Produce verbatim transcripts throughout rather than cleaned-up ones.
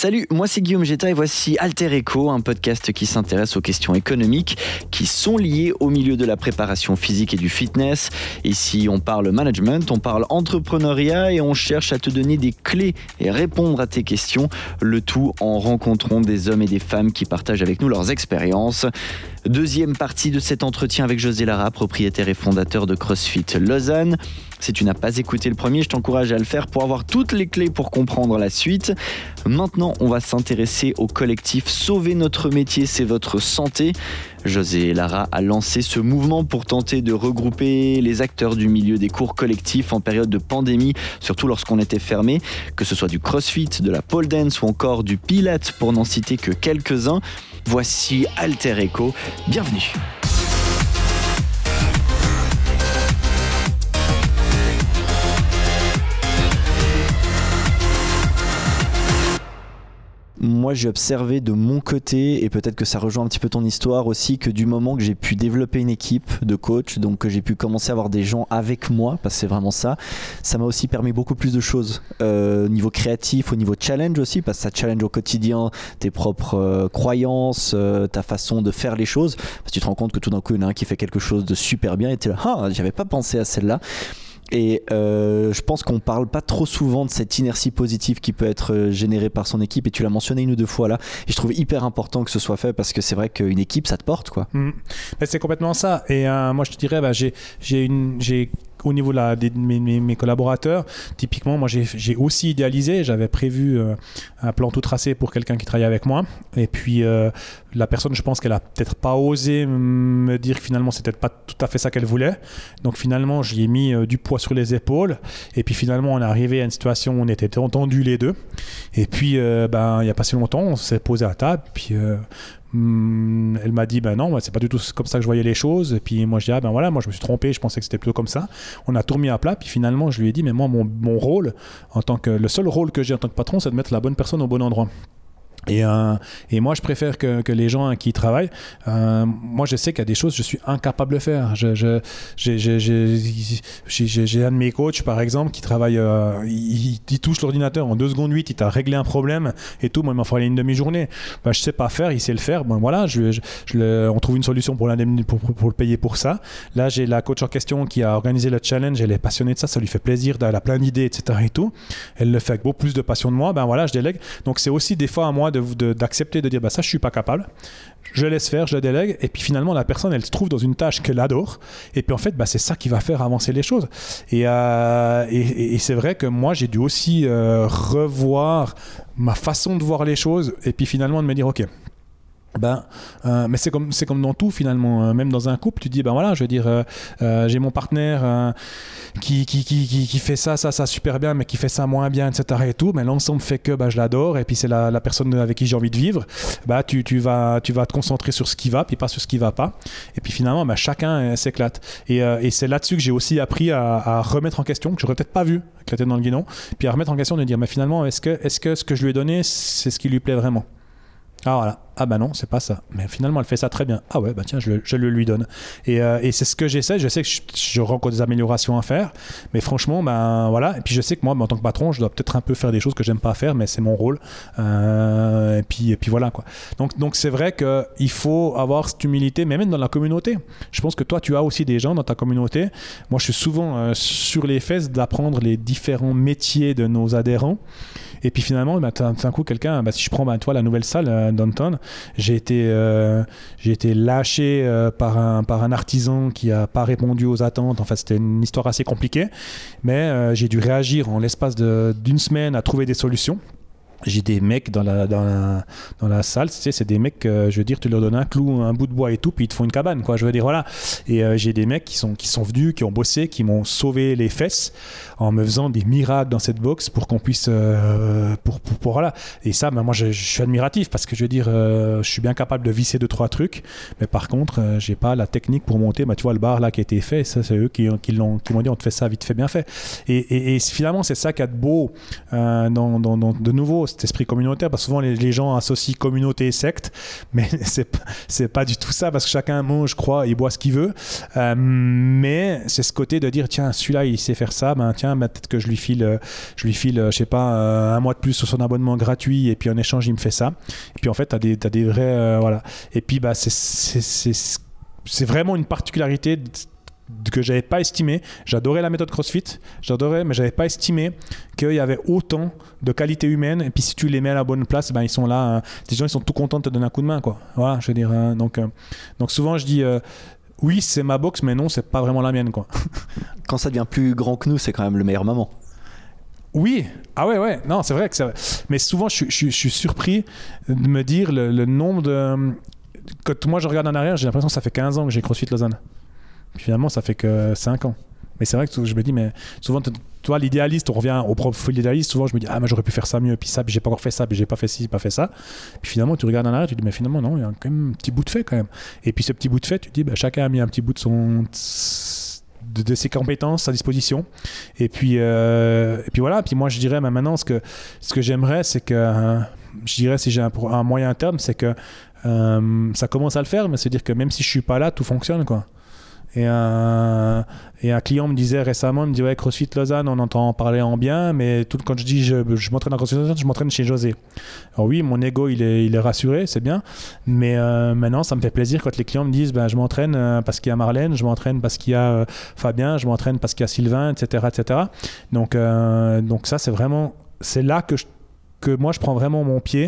Salut, moi c'est Guillaume Jetta et voici Alter Echo, un podcast qui s'intéresse aux questions économiques qui sont liées au milieu de la préparation physique et du fitness. Ici, on parle management, on parle entrepreneuriat et on cherche à te donner des clés et répondre à tes questions. Le tout en rencontrant des hommes et des femmes qui partagent avec nous leurs expériences. Deuxième partie de cet entretien avec José Lara, propriétaire et fondateur de CrossFit Lausanne. Si tu n'as pas écouté le premier, je t'encourage à le faire pour avoir toutes les clés pour comprendre la suite. Maintenant, on va s'intéresser au collectif Sauver notre métier, c'est votre santé. José Lara a lancé ce mouvement pour tenter de regrouper les acteurs du milieu des cours collectifs en période de pandémie, surtout lorsqu'on était fermé, que ce soit du CrossFit, de la pole dance ou encore du Pilates pour n'en citer que quelques-uns. Voici Alter Echo, bienvenue. Moi, j'ai observé de mon côté, et peut-être que ça rejoint un petit peu ton histoire aussi, que du moment que j'ai pu développer une équipe de coachs, donc que j'ai pu commencer à avoir des gens avec moi, parce que c'est vraiment ça, ça m'a aussi permis beaucoup plus de choses euh, au niveau créatif, au niveau challenge aussi, parce que ça challenge au quotidien tes propres euh, croyances, euh, ta façon de faire les choses, parce que tu te rends compte que tout d'un coup, il y en a un qui fait quelque chose de super bien, et tu es là, ah, j'avais pas pensé à celle-là. Et euh, je pense qu'on parle pas trop souvent de cette inertie positive qui peut être générée par son équipe, et tu l'as mentionné une ou deux fois là, et je trouve hyper important que ce soit fait parce que c'est vrai qu'une équipe ça te porte quoi. Mmh. Mais c'est complètement ça, et euh, moi je te dirais bah, j'ai, j'ai, une, j'ai au niveau de, la, de mes, mes, mes collaborateurs, typiquement moi j'ai, j'ai aussi idéalisé, j'avais prévu euh, un plan tout tracé pour quelqu'un qui travaillait avec moi, et puis euh, la personne je pense qu'elle a peut-être pas osé me dire que finalement c'était pas tout à fait ça qu'elle voulait, donc finalement j'y ai mis euh, du poids sur les épaules, et puis finalement on est arrivé à une situation où on était entendus les deux, et puis euh, ben, il n'y a pas si longtemps on s'est posé à table, puis euh, elle m'a dit ben non, c'est pas du tout comme ça que je voyais les choses, et puis moi je dis ah ben voilà, moi je me suis trompé, je pensais que c'était plutôt comme ça. On a tout remis à plat, puis finalement je lui ai dit mais moi mon, mon rôle en tant que le seul rôle que j'ai en tant que patron, c'est de mettre la bonne personne au bon endroit. Et, euh, et moi je préfère que, que les gens qui travaillent, euh, moi je sais qu'il y a des choses que je suis incapable de faire. Je, je, j'ai, j'ai, j'ai, j'ai, j'ai un de mes coachs par exemple qui travaille, euh, il, il touche l'ordinateur en deux secondes huit, il t'a réglé un problème et tout, moi il m'en fallait une demi-journée. Ben, je sais pas faire, il sait le faire, bon voilà, je, je, je le, on trouve une solution pour, pour, pour, pour le payer pour ça. Là j'ai la coach en question qui a organisé le challenge, elle est passionnée de ça, ça lui fait plaisir, elle a plein d'idées, et cetera et tout. Elle le fait avec beaucoup plus de passion de moi, ben voilà, je délègue. Donc c'est aussi des fois à moi De, de, d'accepter de dire bah ça je suis pas capable, je laisse faire, je délègue, et puis finalement la personne elle se trouve dans une tâche qu'elle adore, et puis en fait bah, c'est ça qui va faire avancer les choses, et, euh, et, et c'est vrai que moi j'ai dû aussi euh, revoir ma façon de voir les choses, et puis finalement de me dire ok ben, euh, mais c'est comme, c'est comme dans tout finalement, euh, même dans un couple tu dis ben voilà, je veux dire euh, euh, j'ai mon partenaire euh, qui, qui, qui, qui, qui fait ça, ça, ça super bien, mais qui fait ça moins bien, et cetera et tout, mais l'ensemble fait que ben, je l'adore, et puis c'est la, la personne avec qui j'ai envie de vivre, ben, tu, tu, vas, tu vas te concentrer sur ce qui va, puis pas sur ce qui va pas, et puis finalement ben, chacun euh, s'éclate, et, euh, et c'est là-dessus que j'ai aussi appris à, à remettre en question, que j'aurais peut-être pas vu avec la tête dans le guidon, puis à remettre en question, de dire mais finalement est-ce que, est-ce que ce que je lui ai donné c'est ce qui lui plaît vraiment? Ah voilà, ah bah non, c'est pas ça. Mais finalement, elle fait ça très bien. Ah ouais, bah tiens, je, je le lui donne. Et, euh, et c'est ce que j'essaie. Je sais que je, je rencontre des améliorations à faire, mais franchement, ben voilà. Et puis je sais que moi, en tant que patron, je dois peut-être un peu faire des choses que j'aime pas faire, mais c'est mon rôle. Euh, et puis et puis voilà quoi. Donc donc c'est vrai que il faut avoir cette humilité, mais même dans la communauté. Je pense que toi, tu as aussi des gens dans ta communauté. Moi, je suis souvent euh, sur les fesses d'apprendre les différents métiers de nos adhérents. Et puis finalement, bah, tout d'un coup, quelqu'un, bah, si je prends bah, toi, la nouvelle salle euh, Downtown, j'ai été, euh, j'ai été lâché euh, par, un, par un artisan qui n'a pas répondu aux attentes. En fait, c'était une histoire assez compliquée. Mais euh, j'ai dû réagir en l'espace de, d'une semaine à trouver des solutions. J'ai des mecs dans la, dans la, dans la salle, tu sais, c'est des mecs, euh, je veux dire, tu leur donnes un clou, un bout de bois et tout, puis ils te font une cabane, quoi, je veux dire, voilà. Et euh, j'ai des mecs qui sont, qui sont venus, qui ont bossé, qui m'ont sauvé les fesses en me faisant des miracles dans cette box pour qu'on puisse, euh, pour, pour, pour, voilà. Et ça, ben, moi, je, je suis admiratif parce que je veux dire, euh, je suis bien capable de visser deux, trois trucs, mais par contre, euh, j'ai pas la technique pour monter, ben, tu vois, le bar là qui a été fait, ça, c'est eux qui, qui, l'ont, qui m'ont dit, on te fait ça vite fait, bien fait. Et, et, et finalement, c'est ça qu'il y a de beau, euh, dans, dans, dans, de nouveau, cet esprit communautaire, parce que souvent les, les gens associent communauté et secte, mais c'est, c'est pas du tout ça, parce que chacun mange, croit et boit ce qu'il veut. Euh, mais c'est ce côté de dire, tiens, celui-là, il sait faire ça, ben tiens, ben, peut-être que je lui file, je lui file, je sais pas, euh, un mois de plus sur son abonnement gratuit, et puis en échange, il me fait ça. Et puis en fait, t'as des, t'as des vrais, euh, voilà. Et puis, bah, c'est, c'est, c'est, c'est vraiment une particularité de, que j'avais pas estimé. J'adorais la méthode CrossFit, j'adorais, mais j'avais pas estimé qu'il y avait autant de qualité humaine. Et puis si tu les mets à la bonne place, ben ils sont là. Hein. Les gens ils sont tout contents de te donner un coup de main, quoi. Voilà, je veux dire. Hein. Donc, euh, donc souvent je dis euh, oui, c'est ma boxe, mais non, c'est pas vraiment la mienne, quoi. Quand ça devient plus grand que nous, c'est quand même le meilleur moment. Oui, ah ouais, ouais, non, c'est vrai que c'est vrai. Mais souvent je, je, je suis surpris de me dire le, le nombre de. Quand moi je regarde en arrière, j'ai l'impression que ça fait quinze ans que j'ai CrossFit Lausanne. Puis finalement, ça fait que cinq ans. Mais c'est vrai que je me dis, mais souvent, toi, l'idéaliste, on revient au propre idéaliste. Souvent, je me dis, ah, mais j'aurais pu faire ça mieux. Puis ça, puis j'ai pas encore fait ça, puis j'ai pas fait ci, pas fait ça. Puis finalement, tu regardes en arrière, tu te dis, mais finalement, non, il y a quand même un petit bout de fait quand même. Et puis ce petit bout de fait, tu te dis, bah, chacun a mis un petit bout de son. De, de ses compétences à disposition. Et puis, euh, et puis voilà. Puis moi, je dirais, bah, maintenant, ce que, ce que j'aimerais, c'est que. Euh, je dirais, si j'ai un, un moyen terme, c'est que euh, ça commence à le faire, mais c'est dire que même si je suis pas là, tout fonctionne, quoi. Et un, et un client me disait récemment, il me dit ouais, CrossFit Lausanne, on entend parler en bien, mais tout, quand je dis je, je m'entraîne à CrossFit Lausanne, je m'entraîne chez José. Alors oui, mon ego il est, il est rassuré, c'est bien, mais euh, maintenant ça me fait plaisir quand les clients me disent ben, je m'entraîne parce qu'il y a Marlène, je m'entraîne parce qu'il y a euh, Fabien, je m'entraîne parce qu'il y a Sylvain, et cetera, et cetera. Donc, euh, donc ça c'est vraiment, c'est là que, je, que moi je prends vraiment mon pied.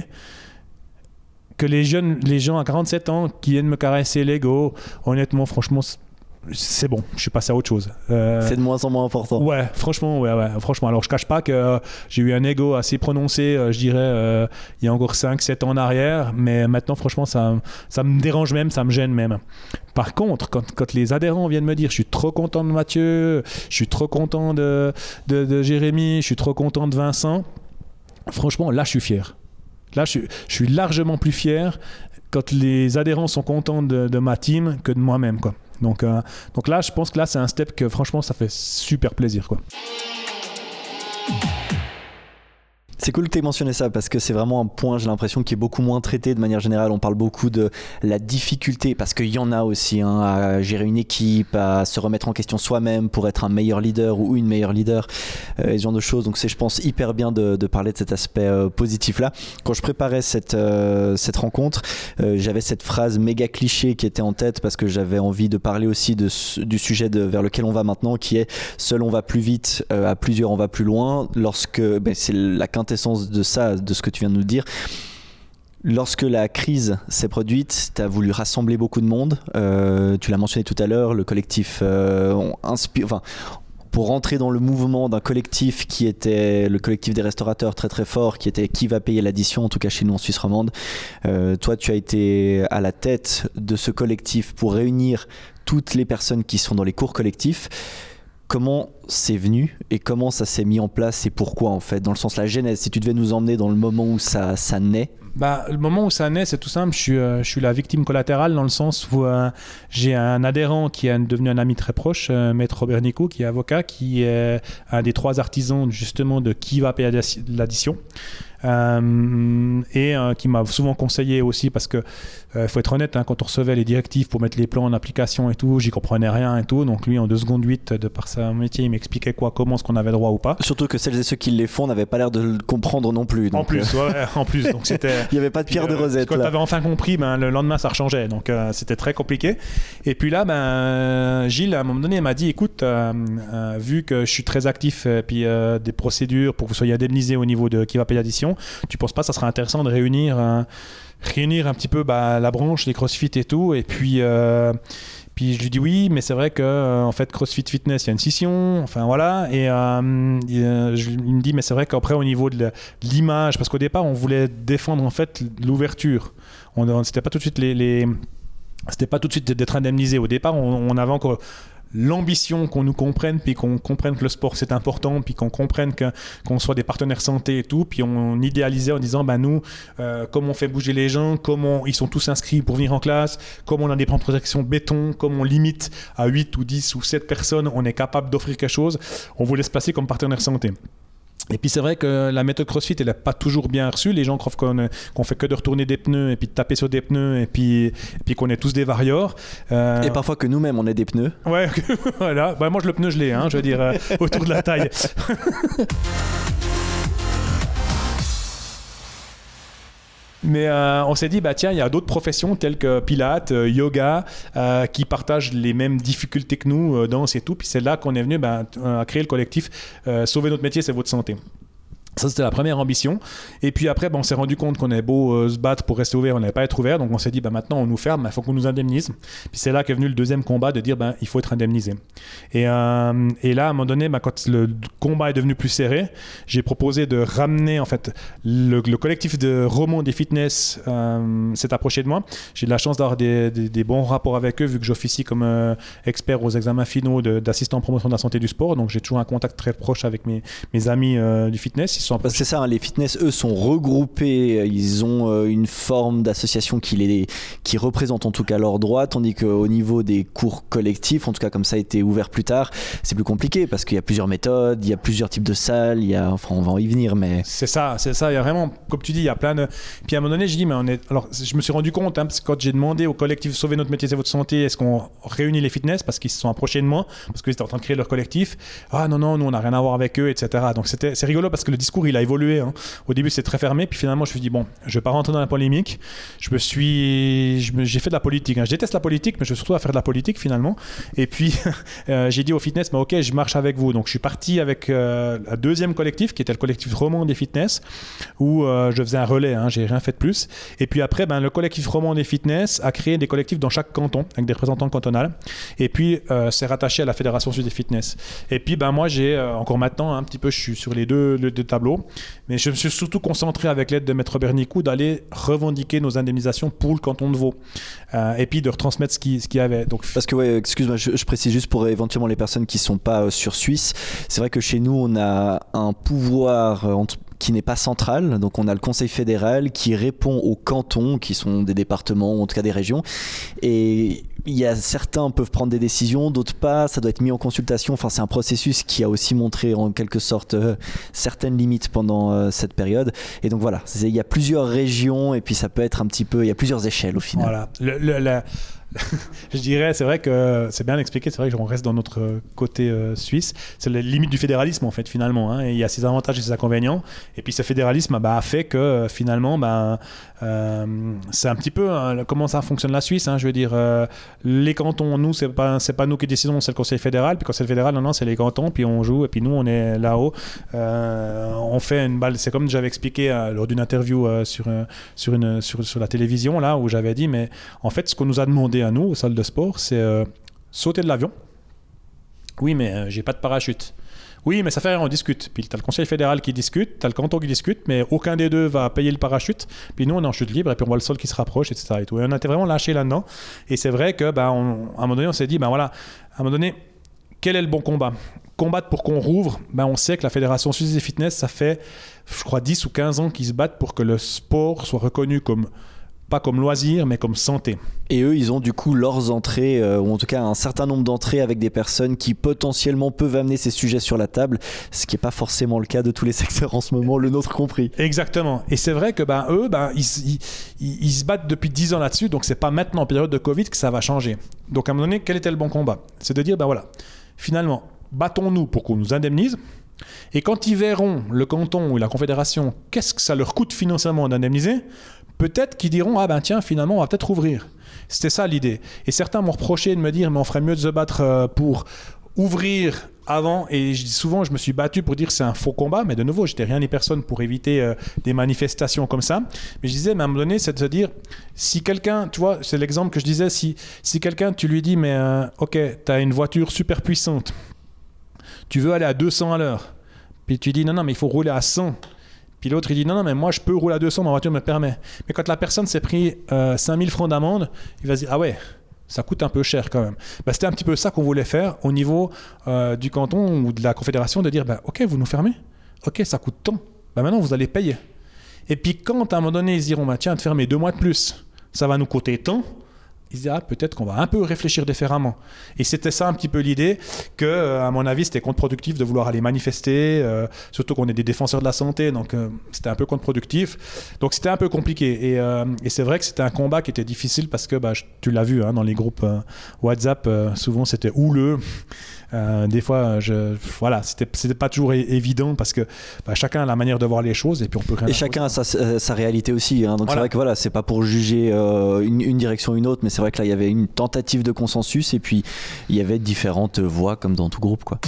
Que les jeunes, les gens à quarante-sept ans qui viennent me caresser l'ego, honnêtement, franchement, c'est bon, je suis passé à autre chose. Euh, c'est de moins en moins important. Ouais, franchement, ouais, ouais, franchement. Alors, je cache pas que euh, j'ai eu un ego assez prononcé, euh, je dirais, euh, il y a encore cinq sept ans en arrière, mais maintenant, franchement, ça, ça me dérange même, ça me gêne même. Par contre, quand, quand les adhérents viennent me dire, je suis trop content de Mathieu, je suis trop content de, de, de Jérémy, je suis trop content de Vincent, franchement, là, je suis fier. Là, je, je suis largement plus fier quand les adhérents sont contents de, de ma team que de moi-même, quoi. Donc, euh, donc là, je pense que là, c'est un step que franchement, ça fait super plaisir, quoi. C'est cool que tu aies mentionné ça parce que c'est vraiment un point, j'ai l'impression, qui est beaucoup moins traité de manière générale. On parle beaucoup de la difficulté, parce qu'il y en a aussi, hein, à gérer une équipe, à se remettre en question soi-même pour être un meilleur leader ou une meilleure leader, euh, et ce genre de choses. Donc c'est, je pense, hyper bien de, de parler de cet aspect euh, positif-là. Quand je préparais cette, euh, cette rencontre, euh, j'avais cette phrase méga cliché qui était en tête parce que j'avais envie de parler aussi de, du sujet de, vers lequel on va maintenant, qui est « seul on va plus vite, euh, à plusieurs on va plus loin ». Lorsque, ben, c'est la quintessence de ça, de ce que tu viens de nous dire. Lorsque la crise s'est produite, tu as voulu rassembler beaucoup de monde. Euh, tu l'as mentionné tout à l'heure, le collectif euh, inspire, enfin, pour rentrer dans le mouvement d'un collectif qui était le collectif des restaurateurs très très fort, qui était qui va payer l'addition, en tout cas chez nous en Suisse romande. Euh, toi, tu as été à la tête de ce collectif pour réunir toutes les personnes qui sont dans les cours collectifs. Comment c'est venu et comment ça s'est mis en place et pourquoi, en fait, dans le sens la genèse, si tu devais nous emmener dans le moment où ça, ça naît? Bah, le moment où ça naît, c'est tout simple. Je suis, euh, je suis la victime collatérale dans le sens où euh, j'ai un adhérent qui est devenu un ami très proche, euh, Maître Robert Nicot, qui est avocat, qui est un des trois artisans justement de qui va payer l'addition. Euh, et euh, qui m'a souvent conseillé aussi parce que il euh, faut être honnête, hein, quand on recevait les directives pour mettre les plans en application et tout, j'y comprenais rien et tout, donc lui en deux secondes huit de par sa métier il m'expliquait quoi, comment est-ce qu'on avait droit ou pas. Surtout que celles et ceux qui les font n'avaient pas l'air de le comprendre non plus, donc en plus euh... ouais, en plus donc c'était il n'y avait pas de pierre puis, de Rosette euh, quand tu avais enfin compris, ben, le lendemain ça rechangeait, donc euh, c'était très compliqué. Et puis là ben, Gilles à un moment donné m'a dit écoute euh, euh, vu que je suis très actif et puis euh, des procédures pour que vous soyez indemnisé au niveau de qui va payer l'addition, tu penses pas ça serait intéressant de réunir euh, réunir un petit peu bah, la branche, les CrossFit et tout, et puis euh, puis je lui dis oui, mais c'est vrai que euh, en fait CrossFit Fitness il y a une scission, enfin voilà, et euh, il, euh, je, il me dit mais c'est vrai qu'après au niveau de, la, de l'image, parce qu'au départ on voulait défendre en fait l'ouverture, on, on c'était pas tout de suite les, les c'était pas tout de suite d'être indemnisé. Au départ on, on avait encore l'ambition qu'on nous comprenne, puis qu'on comprenne que le sport c'est important, puis qu'on comprenne que, qu'on soit des partenaires santé et tout, puis on idéalisait en disant bah nous euh, comment on fait bouger les gens, comment ils sont tous inscrits pour venir en classe, comment on a des plans de protection béton, comment on limite à huit ou dix ou sept personnes, on est capable d'offrir quelque chose, on voulait se placer comme partenaire santé. Et puis c'est vrai que la méthode CrossFit, elle n'est pas toujours bien reçue. Les gens croient qu'on, qu'on fait que de retourner des pneus et puis de taper sur des pneus et puis, et puis qu'on est tous des variors. Euh... Et parfois que nous-mêmes, on est des pneus. Ouais, voilà. Bah, moi, je le pneu, je l'ai, hein, je veux dire, euh, autour de la taille. Mais euh, on s'est dit, bah, tiens, il y a d'autres professions telles que Pilates, euh, yoga, euh, qui partagent les mêmes difficultés que nous, euh, danse et tout. Puis c'est là qu'on est venu bah, à créer le collectif euh, Sauver notre métier, c'est votre santé. Ça, c'était la première ambition. Et puis après, ben, on s'est rendu compte qu'on avait beau euh, se battre pour rester ouvert, on n'avait pas être ouvert. Donc on s'est dit, ben, maintenant, on nous ferme, il ben, faut qu'on nous indemnise. Puis c'est là qu'est venu le deuxième combat de dire, ben, il faut être indemnisé. Et, euh, et là, à un moment donné, ben, quand le combat est devenu plus serré, j'ai proposé de ramener, en fait, le, le collectif de Romand des Fitness euh, s'est approché de moi. J'ai de la chance d'avoir des, des, des bons rapports avec eux, vu que j'officie comme euh, expert aux examens finaux de, d'assistant en promotion de la santé du sport. Donc j'ai toujours un contact très proche avec mes, mes amis euh, du fitness. Ils C'est ça, hein, les fitness, eux, sont regroupés, ils ont euh, une forme d'association qui, les, qui représente en tout cas leurs droits, tandis qu'au niveau des cours collectifs, en tout cas comme ça a été ouvert plus tard, c'est plus compliqué parce qu'il y a plusieurs méthodes, il y a plusieurs types de salles, il y a, enfin on va y venir, mais... C'est ça, c'est ça, il y a vraiment, comme tu dis, il y a plein de... Puis à un moment donné, j'ai dit, mais on est... Alors, je me suis rendu compte, hein, parce que quand j'ai demandé au collectif Sauver notre métier, c'est votre santé, est-ce qu'on réunit les fitness, parce qu'ils se sont approchés de moi, parce qu'ils étaient en train de créer leur collectif, ah non, non, nous on n'a rien à voir avec eux, et cetera. Donc c'était, c'est rigolo parce que le discours, il a évolué. Hein. Au début, c'est très fermé. Puis finalement, je me suis dit, bon, je ne vais pas rentrer dans la polémique. Je me suis... je me... J'ai fait de la politique. Hein. Je déteste la politique, mais je suis surtout à faire de la politique finalement. Et puis, euh, j'ai dit au fitness, mais ok, je marche avec vous. Donc, je suis parti avec euh, un deuxième collectif, qui était le collectif Romand des Fitness, où euh, je faisais un relais. Hein. J'ai rien fait de plus. Et puis après, ben, le collectif Romand des Fitness a créé des collectifs dans chaque canton, avec des représentants cantonaux. Et puis, euh, c'est rattaché à la Fédération suisse des fitness. Et puis, ben, moi, j'ai euh, encore maintenant, un petit peu, je suis sur les deux, les deux tableaux. Mais je me suis surtout concentré avec l'aide de Maître Bernicou d'aller revendiquer nos indemnisations pour le canton de Vaud euh, et puis de retransmettre ce qu'il, ce qu'il y avait. Donc... Parce que, ouais, excuse-moi, je, je précise juste pour éventuellement les personnes qui ne sont pas euh, sur Suisse, c'est vrai que chez nous, on a un pouvoir euh, entre qui n'est pas central, donc on a le Conseil fédéral qui répond aux cantons, qui sont des départements ou en tout cas des régions, et il y a certains peuvent prendre des décisions, d'autres pas, ça doit être mis en consultation, enfin c'est un processus qui a aussi montré en quelque sorte euh, certaines limites pendant euh, cette période, et donc voilà, il y a plusieurs régions et puis ça peut être un petit peu, il y a plusieurs échelles au final. Voilà, le, le, la... je dirais, c'est vrai que c'est bien expliqué, c'est vrai qu'on reste dans notre côté euh, suisse, c'est la limite du fédéralisme en fait finalement, hein, et il y a ses avantages et ses inconvénients, et puis ce fédéralisme bah, a fait que euh, finalement bah, euh, c'est un petit peu hein, comment ça fonctionne la Suisse, hein, je veux dire euh, les cantons, nous c'est pas, c'est pas nous qui décidons, c'est le Conseil fédéral, puis le Conseil fédéral non, non c'est les cantons, puis on joue, et puis nous on est là-haut, euh, on fait une balle, c'est comme j'avais expliqué euh, lors d'une interview euh, sur, euh, sur, une, sur, sur la télévision là, où j'avais dit, mais en fait ce qu'on nous a demandé à nous, aux salles de sport, c'est euh, sauter de l'avion. Oui, mais euh, j'ai pas de parachute. Oui, mais ça fait rien, on discute. Puis t'as le conseil fédéral qui discute, t'as le canton qui discute, mais aucun des deux va payer le parachute. Puis nous, on est en chute libre, et puis on voit le sol qui se rapproche, et cetera. Et, tout. Et on a été vraiment lâchés là-dedans. Et c'est vrai que, ben, on, à un moment donné, on s'est dit, ben voilà, à un moment donné, quel est le bon combat ? Combattre pour qu'on rouvre, ben on sait que la Fédération Suisse des Fitness, ça fait, je crois, dix ou quinze ans qu'ils se battent pour que le sport soit reconnu comme pas comme loisir, mais comme santé. Et eux, ils ont du coup leurs entrées, euh, ou en tout cas un certain nombre d'entrées avec des personnes qui potentiellement peuvent amener ces sujets sur la table, ce qui n'est pas forcément le cas de tous les secteurs en ce moment, le nôtre compris. Exactement. Et c'est vrai que ben, eux, ben, ils, ils, ils, ils se battent depuis dix ans là-dessus, donc c'est pas maintenant en période de Covid que ça va changer. Donc à un moment donné, quel était le bon combat ? C'est de dire, ben voilà, finalement, battons-nous pour qu'on nous indemnise. Et quand ils verront, le canton ou la confédération, qu'est-ce que ça leur coûte financièrement d'indemniser, peut-être qu'ils diront, ah ben tiens, finalement, on va peut-être ouvrir. C'était ça l'idée. Et certains m'ont reproché de me dire, mais on ferait mieux de se battre pour ouvrir avant. Et souvent, je me suis battu pour dire que c'est un faux combat, mais de nouveau, j'étais rien ni personne pour éviter euh, des manifestations comme ça. Mais je disais, mais à un moment donné, c'est de se dire, si quelqu'un, tu vois, c'est l'exemple que je disais, si, si quelqu'un, tu lui dis, mais euh, ok, tu as une voiture super puissante, tu veux aller à deux cents à l'heure, puis tu dis, non, non, mais il faut rouler à cent. Puis l'autre, il dit, non, non, mais moi, je peux rouler à deux cents, ma voiture me permet. Mais quand la personne s'est pris euh, cinq mille francs d'amende, il va se dire, ah ouais, ça coûte un peu cher quand même. Bah, c'était un petit peu ça qu'on voulait faire au niveau euh, du canton ou de la confédération, de dire, bah, ok, vous nous fermez, ok, ça coûte tant, bah, maintenant, vous allez payer. Et puis quand, à un moment donné, ils diront, bah, tiens, te fermer deux mois de plus, ça va nous coûter tant, ils se disent ah, peut-être qu'on va un peu réfléchir différemment. Et c'était ça un petit peu l'idée que, à mon avis, c'était contre-productif de vouloir aller manifester, euh, surtout qu'on est des défenseurs de la santé, donc euh, c'était un peu contre-productif. Donc c'était un peu compliqué. Et, euh, et c'est vrai que c'était un combat qui était difficile parce que, bah, tu l'as vu hein, dans les groupes euh, WhatsApp, euh, souvent c'était houleux. Euh, des fois, je, voilà, c'était, c'était pas toujours é- évident parce que bah, chacun a la manière de voir les choses et puis on peut rien. Et chacun a sa, sa réalité aussi. Hein, donc voilà. C'est vrai que voilà, c'est pas pour juger euh, une, une direction ou une autre, mais c'est vrai que là il y avait une tentative de consensus et puis il y avait différentes voix comme dans tout groupe, quoi.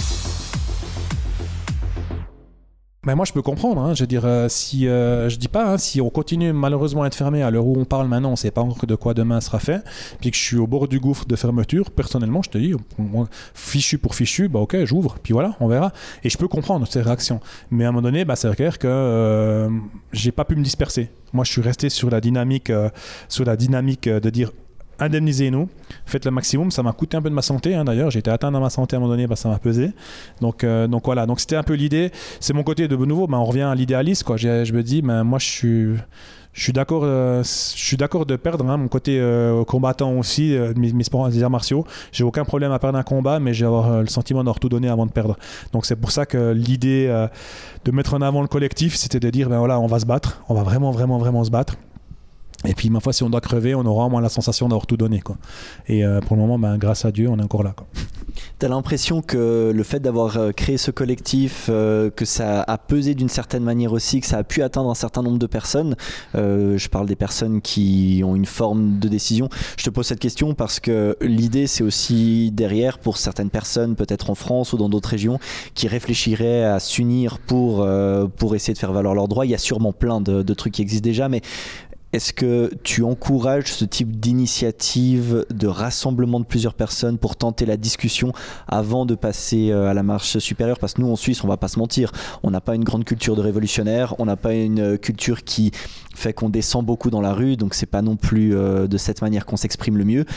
Mais moi je peux comprendre, hein. Je veux dire, euh, si euh, je dis pas, hein, si on continue malheureusement à être fermé à l'heure où on parle maintenant, on sait pas encore de quoi demain sera fait, puis que je suis au bord du gouffre de fermeture, personnellement je te dis, moi, fichu pour fichu, bah ok j'ouvre, puis voilà, on verra. Et je peux comprendre ces réactions, mais à un moment donné, bah, c'est clair que euh, j'ai pas pu me disperser. Moi je suis resté sur la dynamique, euh, sur la dynamique de dire indemnisez-nous, faites le maximum. Ça m'a coûté un peu de ma santé, hein, d'ailleurs. J'ai été atteint dans ma santé à un moment donné, bah, ça m'a pesé. Donc, euh, donc voilà, donc c'était un peu l'idée. C'est mon côté de nouveau, bah, on revient à l'idéaliste, quoi. Je, je me dis, bah, moi je suis, je suis d'accord, euh, je suis d'accord de perdre hein, mon côté euh, combattant aussi, euh, mes, mes sports, les arts martiaux. J'ai aucun problème à perdre un combat, mais j'ai euh, le sentiment d'avoir tout donné avant de perdre. Donc c'est pour ça que l'idée euh, de mettre en avant le collectif, c'était de dire, ben voilà, on va se battre, on va vraiment, vraiment, vraiment se battre. Et puis, ma foi, si on doit crever, on aura au moins la sensation d'avoir tout donné, quoi. Et euh, pour le moment, ben, grâce à Dieu, on est encore là, quoi. T'as l'impression que le fait d'avoir créé ce collectif, euh, que ça a pesé d'une certaine manière aussi, que ça a pu atteindre un certain nombre de personnes. Euh, je parle des personnes qui ont une forme de décision. Je te pose cette question parce que l'idée, c'est aussi derrière pour certaines personnes, peut-être en France ou dans d'autres régions, qui réfléchiraient à s'unir pour, euh, pour essayer de faire valoir leurs droits. Il y a sûrement plein de, de trucs qui existent déjà, mais est-ce que tu encourages ce type d'initiative de rassemblement de plusieurs personnes pour tenter la discussion avant de passer à la marche supérieure? Parce que nous en Suisse, on ne va pas se mentir, on n'a pas une grande culture de révolutionnaire, on n'a pas une culture qui fait qu'on descend beaucoup dans la rue, donc c'est pas non plus euh, de cette manière qu'on s'exprime le mieux.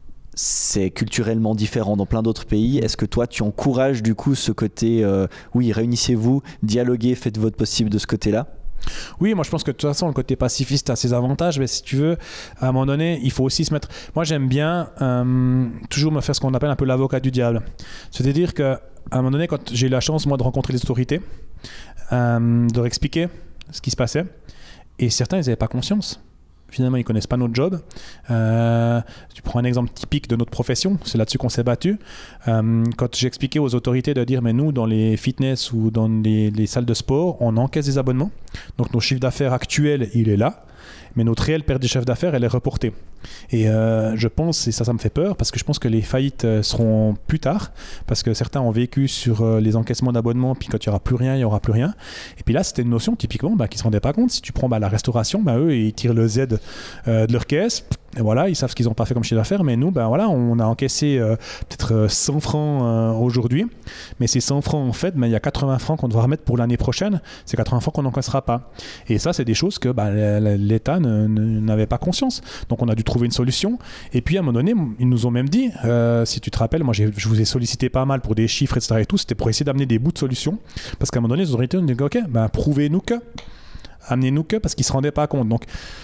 C'est culturellement différent dans plein d'autres pays. Est-ce que toi, tu encourages du coup ce côté, euh, oui, réunissez-vous, dialoguez, faites votre possible de ce côté-là? Oui, moi je pense que de toute façon le côté pacifiste a ses avantages, mais si tu veux, à un moment donné, il faut aussi se mettre... Moi j'aime bien euh, toujours me faire ce qu'on appelle un peu l'avocat du diable. C'est-à-dire qu'à un moment donné, quand j'ai eu la chance moi de rencontrer les autorités, euh, de leur expliquer ce qui se passait, et certains ils n'avaient pas conscience. Finalement, ils ne connaissent pas notre job. Euh, tu prends un exemple typique de notre profession, c'est là-dessus qu'on s'est battu. Euh, quand j'ai expliqué aux autorités de dire, mais nous, dans les fitness ou dans les, les salles de sport, on encaisse des abonnements. Donc, notre chiffre d'affaires actuel, il est là. Mais notre réelle perte de chiffre d'affaires, elle est reportée. Et euh, je pense, et ça, ça me fait peur, parce que je pense que les faillites euh, seront plus tard, parce que certains ont vécu sur euh, les encaissements d'abonnements, puis quand il n'y aura plus rien, il n'y aura plus rien. Et puis là, c'était une notion, typiquement, bah, qu'ils ne se rendaient pas compte. Si tu prends bah, la restauration, bah, eux, ils tirent le Z euh, de leur caisse. Et voilà, ils savent ce qu'ils n'ont pas fait comme chiffre d'affaires, mais nous, ben voilà, on a encaissé euh, peut-être euh, cent francs euh, aujourd'hui, mais ces cent francs, en fait, ben, il y a quatre-vingts francs qu'on devra remettre pour l'année prochaine, c'est quatre-vingts francs qu'on n'encaissera pas. Et ça, c'est des choses que ben, l'État ne, ne, n'avait pas conscience. Donc, on a dû trouver une solution. Et puis, à un moment donné, ils nous ont même dit, euh, si tu te rappelles, moi, j'ai, je vous ai sollicité pas mal pour des chiffres, et cetera et tout, c'était pour essayer d'amener des bouts de solutions, parce qu'à un moment donné, les autorités ont dit, ok, ben, prouvez-nous que, amenez-nous que, parce qu'ils ne se rendaient pas compte. Donc,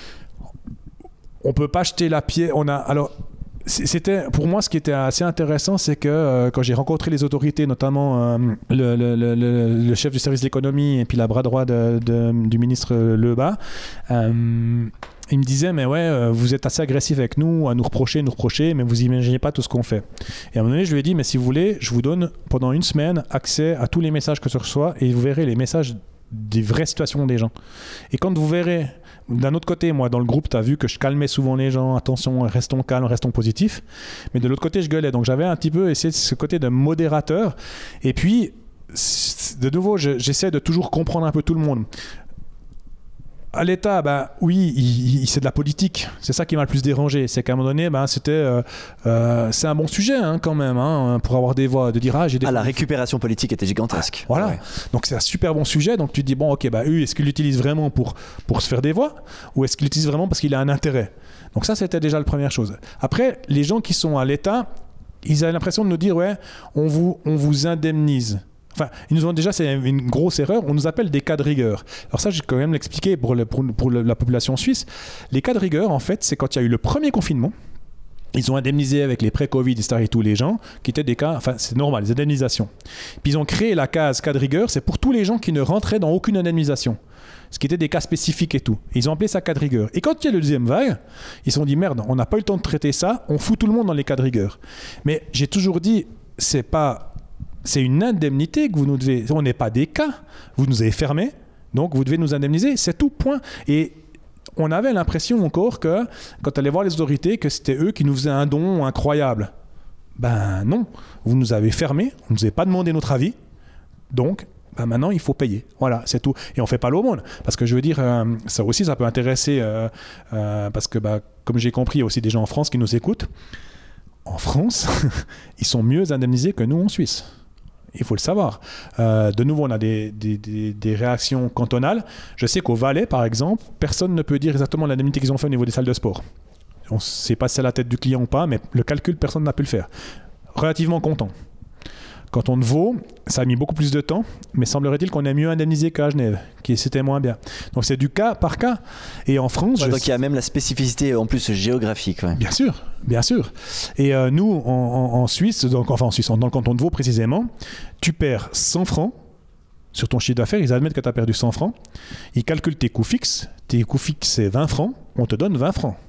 on peut pas jeter la pierre. On a alors c'était pour moi ce qui était assez intéressant, c'est que euh, quand j'ai rencontré les autorités, notamment euh, le, le, le, le chef du service de l'économie et puis la bras droit de, de, du ministre Lebas, euh, il me disait mais ouais vous êtes assez agressif avec nous, à nous reprocher, nous reprocher, mais vous imaginez pas tout ce qu'on fait. Et à un moment donné je lui ai dit mais si vous voulez, je vous donne pendant une semaine accès à tous les messages que je reçois et vous verrez les messages des vraies situations des gens. Et quand vous verrez, d'un autre côté, moi dans le groupe, tu as vu que je calmais souvent les gens, attention, restons calmes, restons positifs, mais de l'autre côté, je gueulais. Donc j'avais un petit peu essayé de ce côté de modérateur. Et puis, de nouveau, je, j'essaie de toujours comprendre un peu tout le monde. À l'État, ben, oui, il, il, c'est de la politique. C'est ça qui m'a le plus dérangé. C'est qu'à un moment donné, ben, c'était, euh, euh, c'est un bon sujet hein, quand même, hein, pour avoir des voix, de dire ah j'ai des. Ah, la récupération politique était gigantesque. Ah, voilà. Ouais. Donc c'est un super bon sujet. Donc tu te dis bon, ok, bah eux, est-ce qu'ils l'utilisent vraiment pour pour se faire des voix, ou est-ce qu'ils l'utilisent vraiment parce qu'il a un intérêt? Donc ça, c'était déjà la première chose. Après, les gens qui sont à l'État, ils avaient l'impression de nous dire ouais, on vous on vous indemnise. Enfin, ils nous ont déjà, c'est une grosse erreur, on nous appelle des cas de rigueur. Alors ça, j'ai quand même l'expliqué pour, le, pour, pour le, la population suisse. Les cas de rigueur, en fait, c'est quand il y a eu le premier confinement, Ils ont indemnisé avec les pré-Covid, et cetera et tous les gens qui étaient des cas, enfin c'est normal, les indemnisations. Puis ils ont créé la case cas de rigueur, c'est pour tous les gens qui ne rentraient dans aucune indemnisation. Ce qui était des cas spécifiques et tout. Et ils ont appelé ça cas de rigueur. Et quand il y a le deuxième vague, ils se sont dit merde, on n'a pas eu le temps de traiter ça, on fout tout le monde dans les cas de rigueur. Mais j'ai toujours dit, c'est pas, c'est une indemnité que vous nous devez. On n'est pas des cas, vous nous avez fermés, donc vous devez nous indemniser, c'est tout, point. Et on avait l'impression encore que, quand on allait voir les autorités, que c'était eux qui nous faisaient un don incroyable. Ben non, vous nous avez fermés, on ne nous avez pas demandé notre avis, donc ben maintenant il faut payer. Voilà, c'est tout. Et on ne fait pas l'aumône, parce que je veux dire, euh, ça aussi, ça peut intéresser, euh, euh, parce que ben, comme j'ai compris, il y a aussi des gens en France qui nous écoutent. En France, ils sont mieux indemnisés que nous en Suisse. Il faut le savoir. Euh, de nouveau, on a des, des, des, des réactions cantonales. Je sais qu'au Valais, par exemple, personne ne peut dire exactement l'indemnité qu'ils ont fait au niveau des salles de sport. On ne sait pas si c'est à la tête du client ou pas, mais le calcul, personne n'a pu le faire. Relativement content. Canton de Vaud, ça a mis beaucoup plus de temps, mais semblerait-il qu'on est mieux indemnisé qu'à Genève, qui c'était moins bien. Donc c'est du cas par cas. Et en France... Ouais, donc il y a même la spécificité en plus géographique. Ouais. Bien sûr, bien sûr. Et euh, nous, en, en, en Suisse, donc, enfin en Suisse, dans le canton de Vaud précisément, tu perds cent francs sur ton chiffre d'affaires, ils admettent que tu as perdu cent francs, ils calculent tes coûts fixes, tes coûts fixes c'est vingt francs, on te donne vingt francs.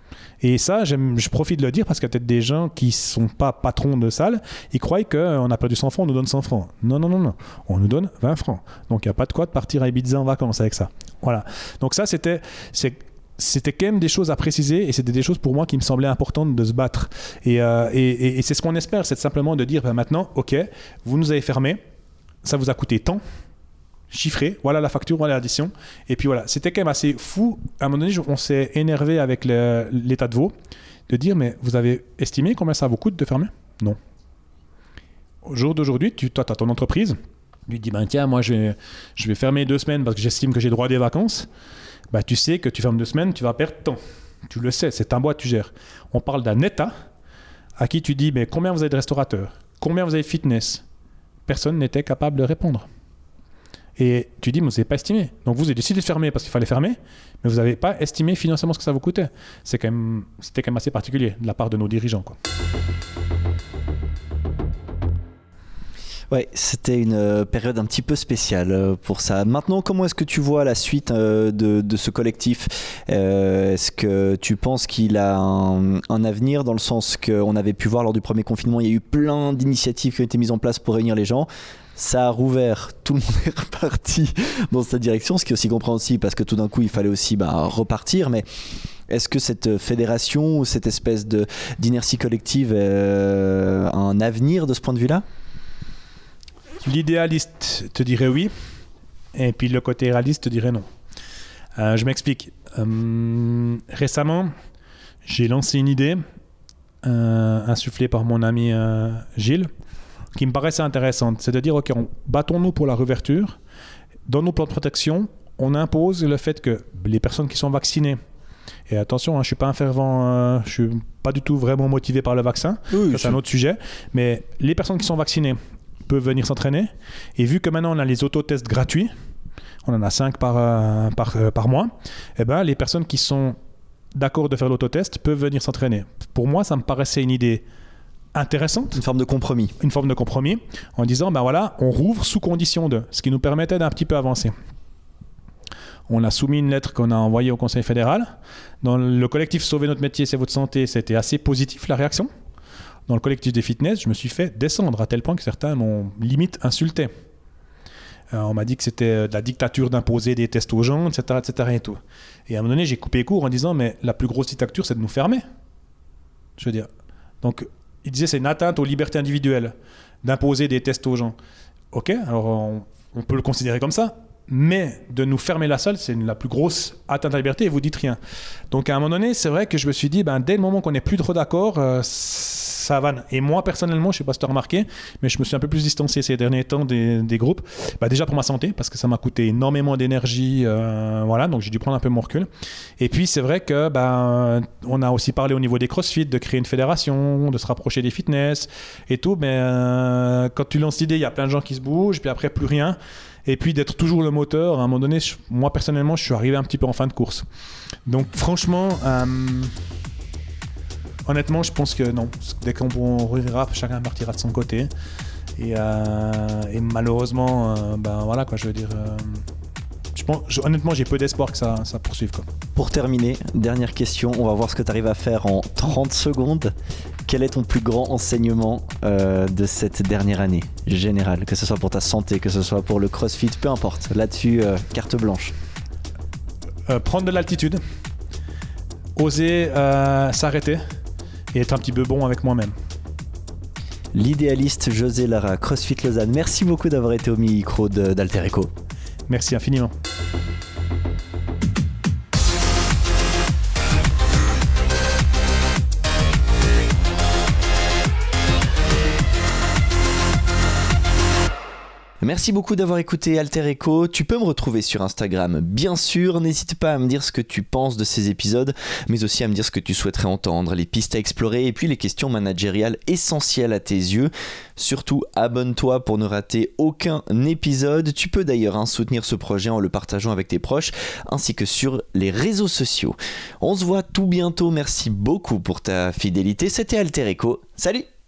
Et ça, j'aime, je profite de le dire parce qu'il y a peut-être des gens qui ne sont pas patrons de salle, ils croient qu'on a perdu cent francs, on nous donne cent francs. Non, non, non, non, on nous donne vingt francs. Donc il n'y a pas de quoi de partir à Ibiza en vacances avec ça. Voilà. Donc ça, c'était, c'est, c'était quand même des choses à préciser et c'était des choses pour moi qui me semblaient importantes de se battre. Et, euh, et, et, et c'est ce qu'on espère, c'est simplement de dire ben maintenant, ok, vous nous avez fermé, ça vous a coûté tant. Chiffré, voilà la facture, voilà l'addition. Et puis voilà, c'était quand même assez fou. À un moment donné, on s'est énervé avec le, l'État de Vaud de dire, mais vous avez estimé combien ça vous coûte de fermer ? Non. Au jour d'aujourd'hui, tu, toi, tu as ton entreprise, tu te dis, ben tiens, moi, je vais, je vais fermer deux semaines parce que j'estime que j'ai droit à des vacances. Ben, tu sais que tu fermes deux semaines, tu vas perdre temps. Tu le sais, c'est ta boîte, tu gères. On parle d'un État à qui tu dis, mais combien vous avez de restaurateurs ? Combien vous avez de fitness ? Personne n'était capable de répondre. Et tu dis, mais vous n'avez pas estimé. Donc vous avez décidé de fermer parce qu'il fallait fermer, mais vous n'avez pas estimé financièrement ce que ça vous coûtait. C'est quand même, c'était quand même assez particulier de la part de nos dirigeants, quoi. Ouais, c'était une période un petit peu spéciale pour ça. Maintenant, comment est-ce que tu vois la suite de, de ce collectif ? euh, Est-ce que tu penses qu'il a un, un avenir dans le sens qu'on avait pu voir lors du premier confinement, il y a eu plein d'initiatives qui ont été mises en place pour réunir les gens. Ça a rouvert, tout le monde est reparti dans cette direction, ce qui est aussi compréhensible parce que tout d'un coup, il fallait aussi bah, repartir. Mais est-ce que cette fédération ou cette espèce de, d'inertie collective euh, a un avenir de ce point de vue-là ? L'idéaliste te dirait oui, et puis le côté réaliste te dirait non. Euh, je m'explique. Euh, récemment, j'ai lancé une idée, euh, insufflée par mon ami euh, Gilles, qui me paraissait intéressante. C'est de dire, ok, on, battons-nous pour la réouverture. Dans nos plans de protection, on impose le fait que les personnes qui sont vaccinées, et attention, hein, je ne suis pas un fervent, euh, je ne suis pas du tout vraiment motivé par le vaccin, oui, ça, c'est un autre sujet, mais les personnes qui sont vaccinées peuvent venir s'entraîner. Et vu que maintenant on a les autotests gratuits, on en a cinq par, euh, par, euh, par mois, eh ben, les personnes qui sont d'accord de faire l'autotest peuvent venir s'entraîner. Pour moi, ça me paraissait une idée intéressante. Une forme de compromis. Une forme de compromis en disant, ben voilà, on rouvre sous condition de, ce qui nous permettait d'un petit peu avancer. On a soumis une lettre qu'on a envoyée au Conseil fédéral. Dans le collectif Sauver notre métier, c'est votre santé, c'était assez positif la réaction. Dans le collectif des fitness, je me suis fait descendre à tel point que certains m'ont limite insulté. Euh, on m'a dit que c'était de la dictature d'imposer des tests aux gens, et cetera, et cetera et tout. Et à un moment donné, j'ai coupé court en disant, mais la plus grosse dictature, c'est de nous fermer. Je veux dire. Donc, il disait, c'est une atteinte aux libertés individuelles d'imposer des tests aux gens. Ok, alors on, on peut le considérer comme ça. Mais de nous fermer la salle, c'est la plus grosse atteinte à la liberté et vous dites rien. Donc à un moment donné, c'est vrai que je me suis dit, ben, dès le moment qu'on n'est plus trop d'accord, euh, ça vanne. Et moi, personnellement, je ne sais pas si tu as remarqué, mais je me suis un peu plus distancé ces derniers temps des, des groupes. Ben, déjà pour ma santé, parce que ça m'a coûté énormément d'énergie. Euh, voilà, donc j'ai dû prendre un peu mon recul. Et puis c'est vrai que ben, on a aussi parlé au niveau des CrossFit, de créer une fédération, de se rapprocher des fitness et tout. Mais euh, quand tu lances l'idée, il y a plein de gens qui se bougent, puis après plus rien. Et puis d'être toujours le moteur, à un moment donné, je, moi personnellement, je suis arrivé un petit peu en fin de course. Donc franchement, euh, Honnêtement, je pense que non. Dès qu'on reverra, chacun partira de son côté. Et, euh, et malheureusement, euh, ben voilà quoi, je veux dire. Euh, je pense, je, honnêtement, j'ai peu d'espoir que ça, ça poursuive quoi. Pour terminer, dernière question, on va voir ce que tu arrives à faire en trente secondes. Quel est ton plus grand enseignement euh, de cette dernière année générale, que ce soit pour ta santé, que ce soit pour le CrossFit, peu importe. Là-dessus, euh, carte blanche. Euh, prendre de l'altitude, oser euh, s'arrêter et être un petit peu bon avec moi-même. L'idéaliste José Lara, CrossFit Lausanne. Merci beaucoup d'avoir été au micro de, d'Alter Echo. Merci infiniment. Merci beaucoup d'avoir écouté Alter Echo. Tu peux me retrouver sur Instagram, bien sûr. N'hésite pas à me dire ce que tu penses de ces épisodes, mais aussi à me dire ce que tu souhaiterais entendre, les pistes à explorer et puis les questions managériales essentielles à tes yeux. Surtout, abonne-toi pour ne rater aucun épisode. Tu peux d'ailleurs hein, soutenir ce projet en le partageant avec tes proches, ainsi que sur les réseaux sociaux. On se voit tout bientôt. Merci beaucoup pour ta fidélité. C'était Alter Echo. Salut!